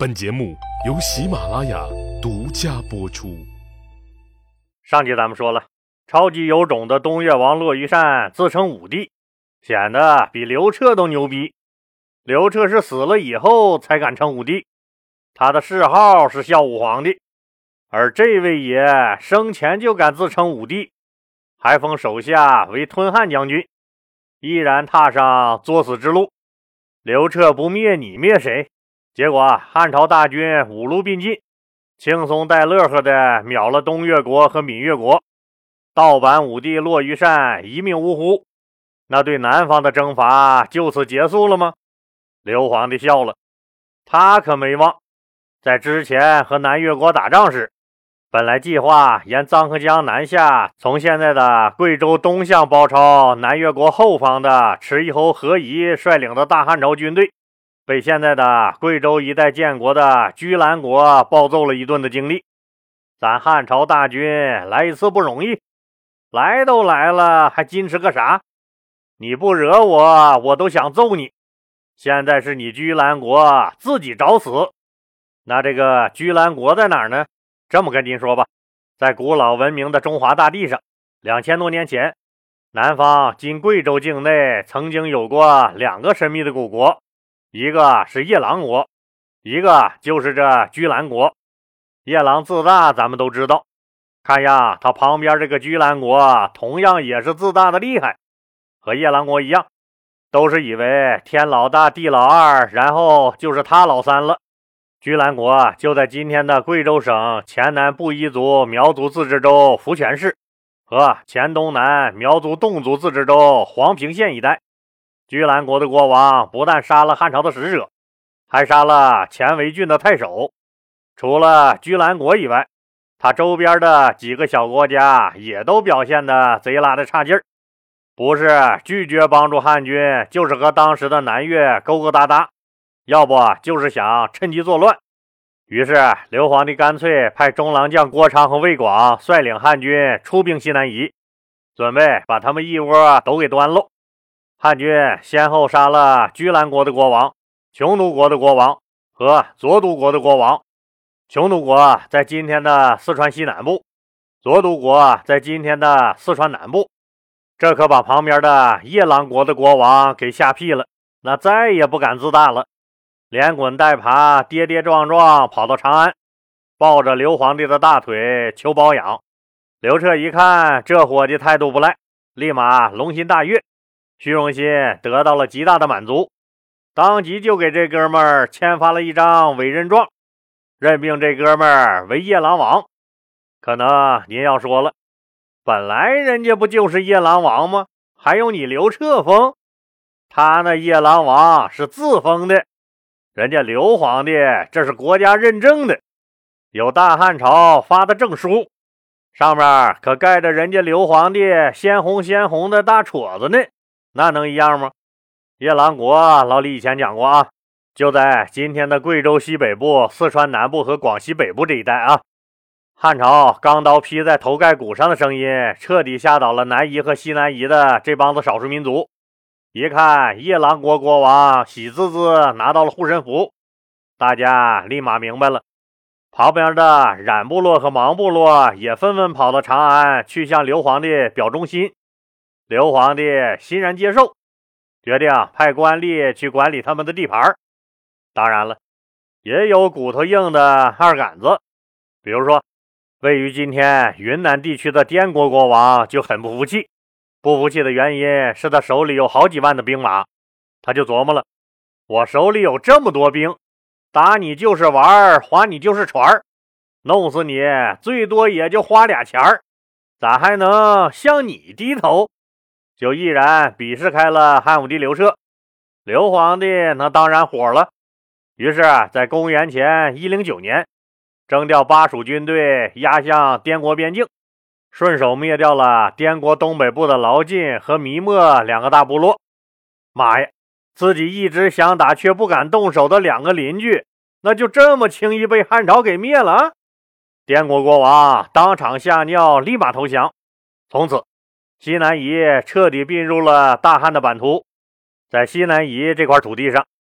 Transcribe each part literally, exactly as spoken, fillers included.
本节目由喜马拉雅独家播出。 上集咱们说了，超级有种的东越王骆玉善自称武帝，显得比刘彻都牛逼。刘彻是死了以后才敢称武帝，他的谥号是孝武皇帝，而这位爷生前就敢自称武帝，还封手下为吞汉将军，毅然踏上作死之路。刘彻不灭你灭谁？结果汉朝大军五路并进，轻松带乐呵的秒了东越国和闽越国，盗版武帝骆玉善一命呜呼。那对南方的征伐就此结束了吗？刘皇帝笑了，他可没忘，在之前和南越国打仗时，本来计划沿漳河江南下，从现在的贵州东向包抄南越国后方的池邑侯何仪率领的大汉朝军队，被现在的贵州一带建国的居兰国暴揍了一顿的经历。咱汉朝大军来一次不容易，来都来了还矜持个啥？你不惹我，我都想揍你。现在是你居兰国自己找死。那这个居兰国在哪儿呢？这么跟您说吧，在古老文明的中华大地上，两千多年前，南方今贵州境内曾经有过两个神秘的古国，一个是夜郎国，一个就是这居兰国。夜郎自大咱们都知道，看样他旁边这个居兰国同样也是自大的厉害，和夜郎国一样，都是以为天老大地老二，然后就是他老三了。居兰国就在今天的贵州省黔南布依族苗族自治州福泉市和黔东南苗族侗族自治州黄平县一带。居兰国的国王不但杀了汉朝的使者，还杀了黔维郡的太守。除了居兰国以外，他周边的几个小国家也都表现得贼拉的差劲儿，不是拒绝帮助汉军，就是和当时的南越勾勾搭搭，要不就是想趁机作乱。于是刘皇帝干脆派中郎将郭昌和魏广率领汉军出兵西南夷，准备把他们一窝都给端喽。汉军先后杀了居兰国的国王、匈奴国的国王和左都国的国王。匈奴国在今天的四川西南部，左都国在今天的四川南部。这可把旁边的夜郎国的国王给吓屁了，那再也不敢自大了，连滚带爬，跌跌撞撞跑到长安，抱着刘皇帝的大腿求保养。刘彻一看这伙计态度不赖，立马龙心大悦，虚荣心得到了极大的满足，当即就给这哥们儿签发了一张委任状，任命这哥们儿为夜郎王。可能您要说了，本来人家不就是夜郎王吗？还用你刘彻封？他那夜郎王是自封的，人家刘皇帝这是国家认证的，有大汉朝发的证书，上面可盖着人家刘皇帝鲜红鲜红的大戳子呢，那能一样吗？夜郎国老李以前讲过啊，就在今天的贵州西北部、四川南部和广西北部这一带啊。汉朝钢刀劈在头盖骨上的声音彻底吓倒了南夷和西南夷的这帮子少数民族。一看夜郎国国王喜滋滋拿到了护身符，大家立马明白了。旁边的冉部落和芒部落也纷纷跑到长安去向刘皇帝表忠心。刘皇帝欣然接受，决定派官吏去管理他们的地盘。当然了，也有骨头硬的二杆子，比如说位于今天云南地区的滇国国王就很不服气。不服气的原因是他手里有好几万的兵马，他就琢磨了，我手里有这么多兵，打你就是玩，划你就是船，弄死你最多也就花俩钱儿，咋还能向你低头？就毅然鄙视开了汉武帝刘彻。刘皇帝那当然火了，于是在公元前一零九年征调巴蜀军队压向滇国边境，顺手灭掉了滇国东北部的劳晋和弥墨两个大部落。妈呀，自己一直想打却不敢动手的两个邻居，那就这么轻易被汉朝给灭了啊！滇国国王当场吓尿，立马投降。从此西南夷彻底并入了大汉的版图。在西南夷这块土地上，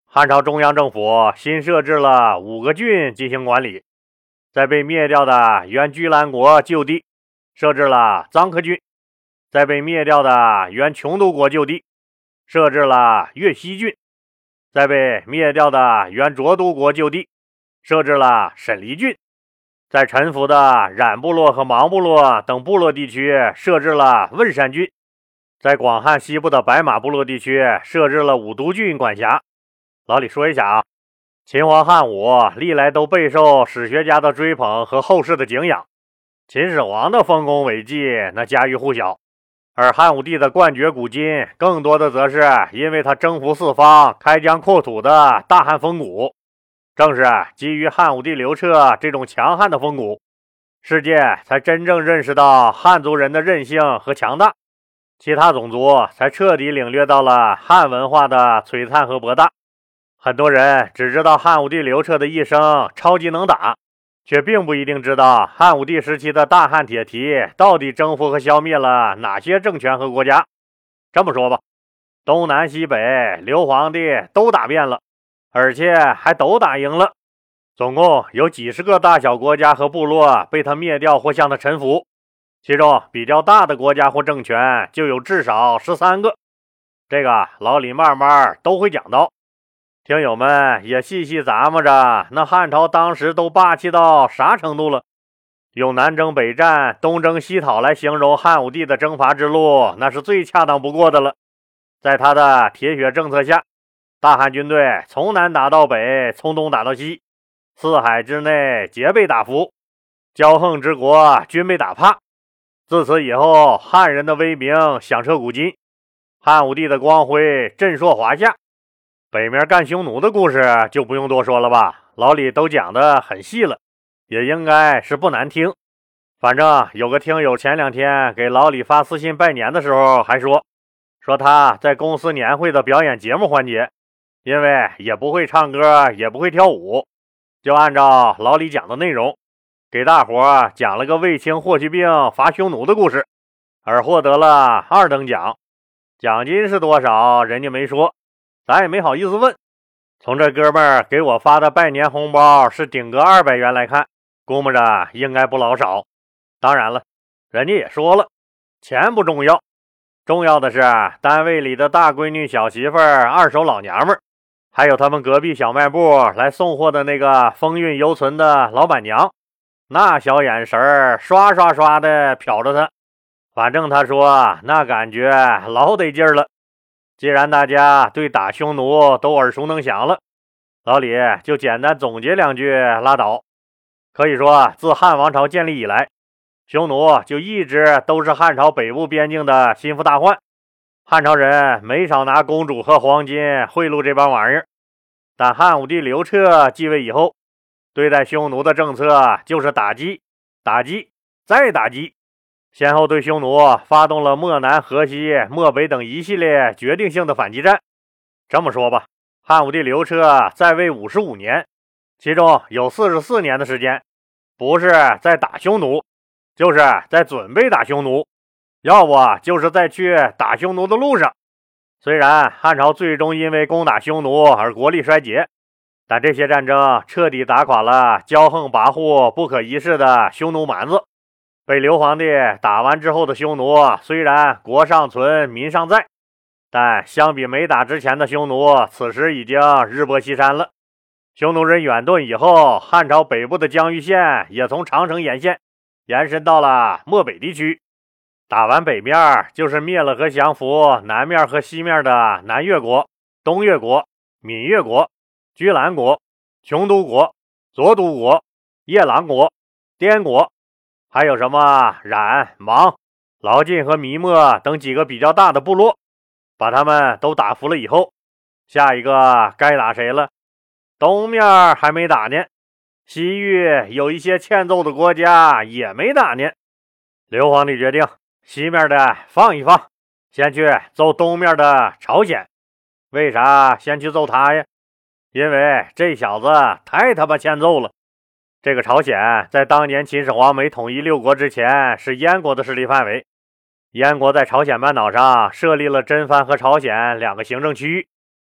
汉朝中央政府新设置了五个郡进行管理，在被灭掉的原居兰国就地设置了臧克郡，在被灭掉的原穷都国就地设置了越西郡，在被灭掉的原卓都国就地设置了沈黎郡，在臣服的冉部落和芒部落等部落地区设置了汶山郡，在广汉西部的白马部落地区设置了武都郡管辖。老李说一下啊，秦皇汉武历来都备受史学家的追捧和后世的敬仰，秦始皇的丰功伟绩那家喻户晓，而汉武帝的冠绝古今更多的则是因为他征服四方、开疆扩土的大汉风骨。正是基于汉武帝刘彻这种强悍的风骨，世界才真正认识到汉族人的韧性和强大，其他种族才彻底领略到了汉文化的璀璨和博大。很多人只知道汉武帝刘彻的一生超级能打，却并不一定知道汉武帝时期的大汉铁蹄到底征服和消灭了哪些政权和国家。这么说吧，东南西北刘皇帝都打遍了，而且还都打赢了，总共有几十个大小国家和部落被他灭掉或向他臣服，其中比较大的国家或政权就有至少十三个。这个老李慢慢都会讲到，听友们也细细咂摸着那汉朝当时都霸气到啥程度了。用南征北战、东征西讨来形容汉武帝的征伐之路，那是最恰当不过的了。在他的铁血政策下，大汉军队从南打到北，从东打到西，四海之内皆被打服，骄横之国均被打怕。自此以后，汉人的威名响彻古今，汉武帝的光辉震烁华夏。北面干匈奴的故事就不用多说了吧，老李都讲得很细了，也应该是不难听。反正有个听友前两天给老李发私信拜年的时候还说，说他在公司年会的表演节目环节，因为也不会唱歌也不会跳舞，就按照老李讲的内容给大伙讲了个卫青霍去病伐匈奴的故事，而获得了二等奖。奖金是多少人家没说，咱也没好意思问。从这哥们儿给我发的拜年红包是顶个二百元来看，估摸着应该不老少。当然了，人家也说了，钱不重要，重要的是单位里的大闺女小媳妇儿、二手老娘们儿，还有他们隔壁小卖部来送货的那个风韵犹存的老板娘，那小眼神儿刷刷刷的瞟着他。反正他说那感觉老得劲儿了。既然大家对打匈奴都耳熟能详了，老李就简单总结两句拉倒。可以说自汉王朝建立以来，匈奴就一直都是汉朝北部边境的心腹大患，汉朝人没少拿公主和黄金贿赂这帮玩意儿。但汉武帝刘彻继位以后，对待匈奴的政策就是打击、打击、再打击，先后对匈奴发动了漠南、河西、漠北等一系列决定性的反击战。这么说吧，汉武帝刘彻在位五十五年，其中有四十四年的时间不是在打匈奴，就是在准备打匈奴，要不就是在去打匈奴的路上。虽然汉朝最终因为攻打匈奴而国力衰竭，但这些战争彻底打垮了骄横跋扈、不可一世的匈奴蛮子。被刘皇帝打完之后的匈奴，虽然国尚存民尚在，但相比没打之前的匈奴，此时已经日薄西山了。匈奴人远遁以后，汉朝北部的疆域线也从长城沿线延伸到了漠北地区。打完北面就是灭了和降服南面和西面的南越国、东越国、闽越国、居兰国、穷都国、左都国、夜郎国、滇国，还有什么冉、芒、劳晋和弥墨等几个比较大的部落，把他们都打服了以后，下一个该打谁了？东面还没打呢，西域有一些欠揍的国家也没打呢。刘皇帝决定西面的放一放，先去揍东面的朝鲜。为啥先去揍他呀？因为这小子太他妈欠揍了。这个朝鲜在当年秦始皇没统一六国之前是燕国的势力范围，燕国在朝鲜半岛上设立了真番和朝鲜两个行政区域，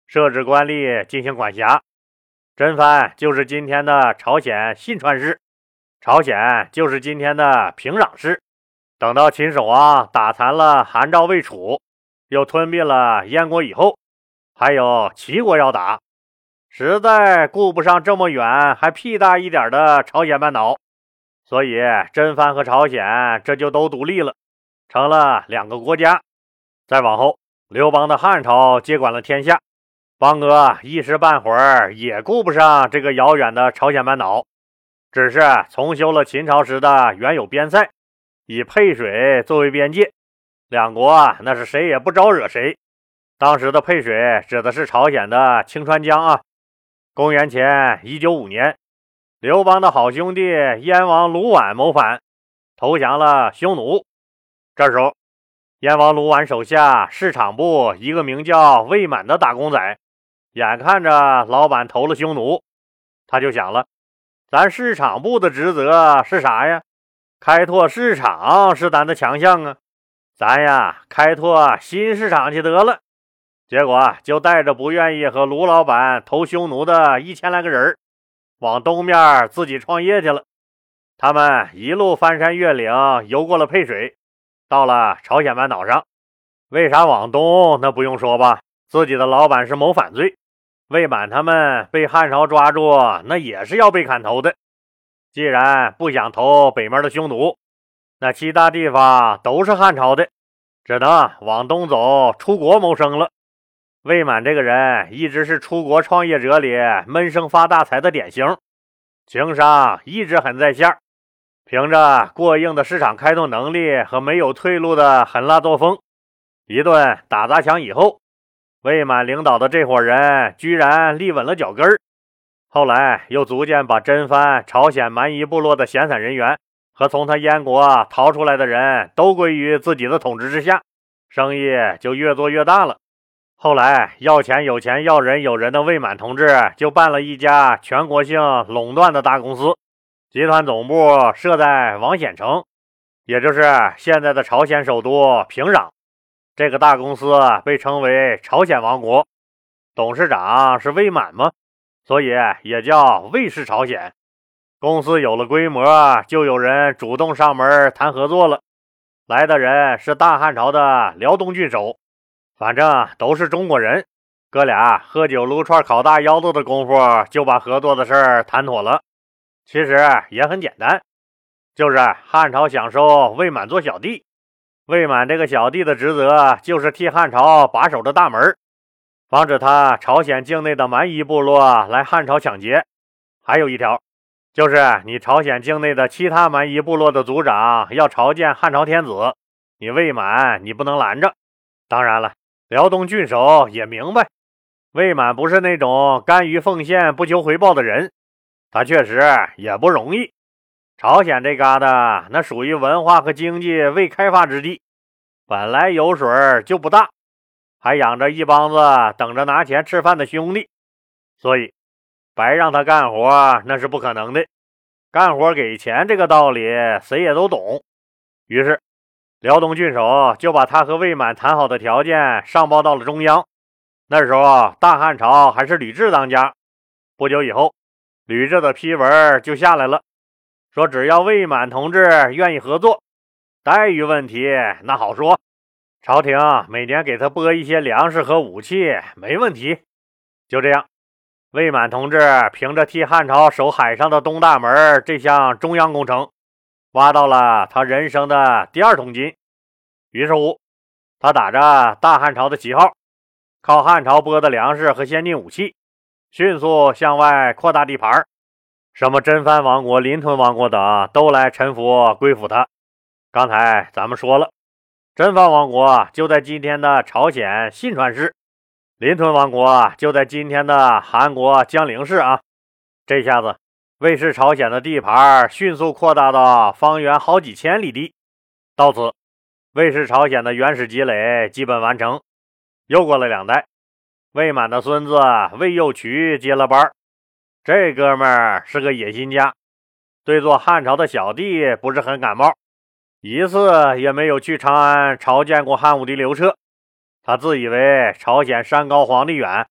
设置官吏进行管辖。真藩就是今天的朝鲜信川市，朝鲜就是今天的平壤市。等到秦始皇打残了韩赵魏楚，又吞并了燕国以后，还有齐国要打，实在顾不上这么远还屁大一点的朝鲜半岛，所以真藩和朝鲜这就都独立了，成了两个国家。再往后，刘邦的汉朝接管了天下，邦哥一时半会儿也顾不上这个遥远的朝鲜半岛，只是重修了秦朝时的原有边塞，以沛水作为边界，两国那是谁也不招惹谁。当时的沛水指的是朝鲜的清川江啊。公元前一九五年，刘邦的好兄弟燕王卢绾谋反，投降了匈奴。这时候，燕王卢绾手下市场部一个名叫魏满的打工仔，眼看着老板投了匈奴，他就想了，咱市场部的职责是啥呀？开拓市场是咱的强项啊，咱呀开拓新市场去得了。结果就带着不愿意和卢老板投匈奴的一千来个人，往东面自己创业去了。他们一路翻山越岭，游过了沛水，到了朝鲜半岛上。为啥往东？那不用说吧，自己的老板是谋反罪，魏满他们被汉朝抓住，那也是要被砍头的。既然不想投北面的匈奴，那其他地方都是汉朝的，只能往东走，出国谋生了。魏满这个人一直是出国创业者里闷声发大财的典型，情商一直很在线，凭着过硬的市场开拓能力和没有退路的狠辣作风，一顿打砸抢以后，魏满领导的这伙人居然立稳了脚跟儿。后来又逐渐把真藩朝鲜蛮夷部落的闲散人员和从他燕国逃出来的人都归于自己的统治之下，生意就越做越大了。后来要钱有钱要人有人的魏满同志就办了一家全国性垄断的大公司，集团总部设在王显城，也就是现在的朝鲜首都平壤。这个大公司被称为朝鲜王国，董事长是魏满嘛，所以也叫魏氏朝鲜。公司有了规模，就有人主动上门谈合作了。来的人是大汉朝的辽东郡守，反正都是中国人，哥俩喝酒撸串烤大腰子的功夫就把合作的事儿谈妥了。其实也很简单，就是汉朝想收魏满做小弟，魏满这个小弟的职责就是替汉朝把守着大门，防止他朝鲜境内的蛮夷部落来汉朝抢劫。还有一条，就是你朝鲜境内的其他蛮夷部落的族长要朝见汉朝天子，你魏满你不能拦着。当然了，辽东郡守也明白，魏满不是那种甘于奉献不求回报的人，他确实也不容易。朝鲜这旮瘩那属于文化和经济未开发之地，本来油水就不大，还养着一帮子等着拿钱吃饭的兄弟，所以白让他干活那是不可能的。干活给钱这个道理谁也都懂，于是辽东郡守就把他和魏满谈好的条件上报到了中央。那时候大汉朝还是吕雉当家，不久以后吕雉的批文就下来了，说只要魏满同志愿意合作，待遇问题那好说，朝廷每年给他拨一些粮食和武器没问题。就这样，魏满同志凭着替汉朝守海上的东大门这项中央工程，挖到了他人生的第二桶金。于是乎，他打着大汉朝的旗号，靠汉朝拨的粮食和先进武器，迅速向外扩大地盘，什么真藩王国、临屯王国等都来臣服归附他。刚才咱们说了，真藩王国就在今天的朝鲜信川市，临屯王国就在今天的韩国江陵市啊。这下子魏氏朝鲜的地盘迅速扩大到方圆好几千里地。到此，魏氏朝鲜的原始积累基本完成。又过了两代，魏满的孙子魏幼渠接了班。这哥们儿是个野心家，对做汉朝的小弟不是很感冒，一次也没有去长安朝见过汉武帝刘彻。他自以为朝鲜山高皇帝远，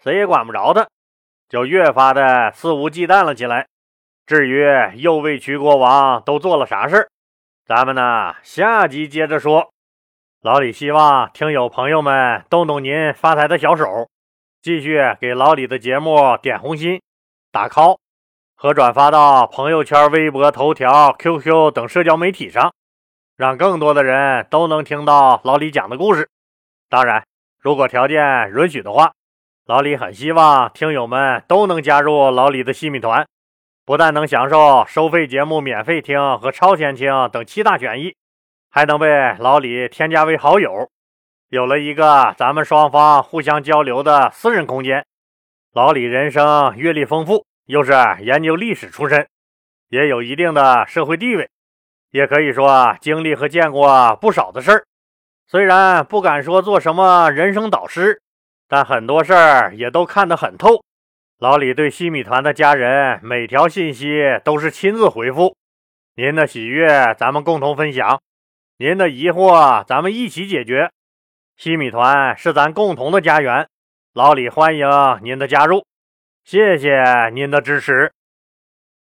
谁也管不着他，就越发的肆无忌惮了起来。至于右卫渠国王都做了啥事儿，咱们呢下集接着说。老李希望听友朋友们动动您发财的小手，继续给老李的节目点红心、打 call 和转发到朋友圈、微博、头条、Q Q 等社交媒体上，让更多的人都能听到老李讲的故事。当然，如果条件允许的话，老李很希望听友们都能加入老李的西米团，不但能享受收费节目免费听和超前听等七大权益，还能被老李添加为好友，有了一个咱们双方互相交流的私人空间。老李人生阅历丰富，又是研究历史出身，也有一定的社会地位，也可以说经历和见过不少的事儿。虽然不敢说做什么人生导师，但很多事儿也都看得很透。老李对西米团的家人每条信息都是亲自回复，您的喜悦咱们共同分享，您的疑惑咱们一起解决。西米团是咱共同的家园，老李欢迎您的加入，谢谢您的支持。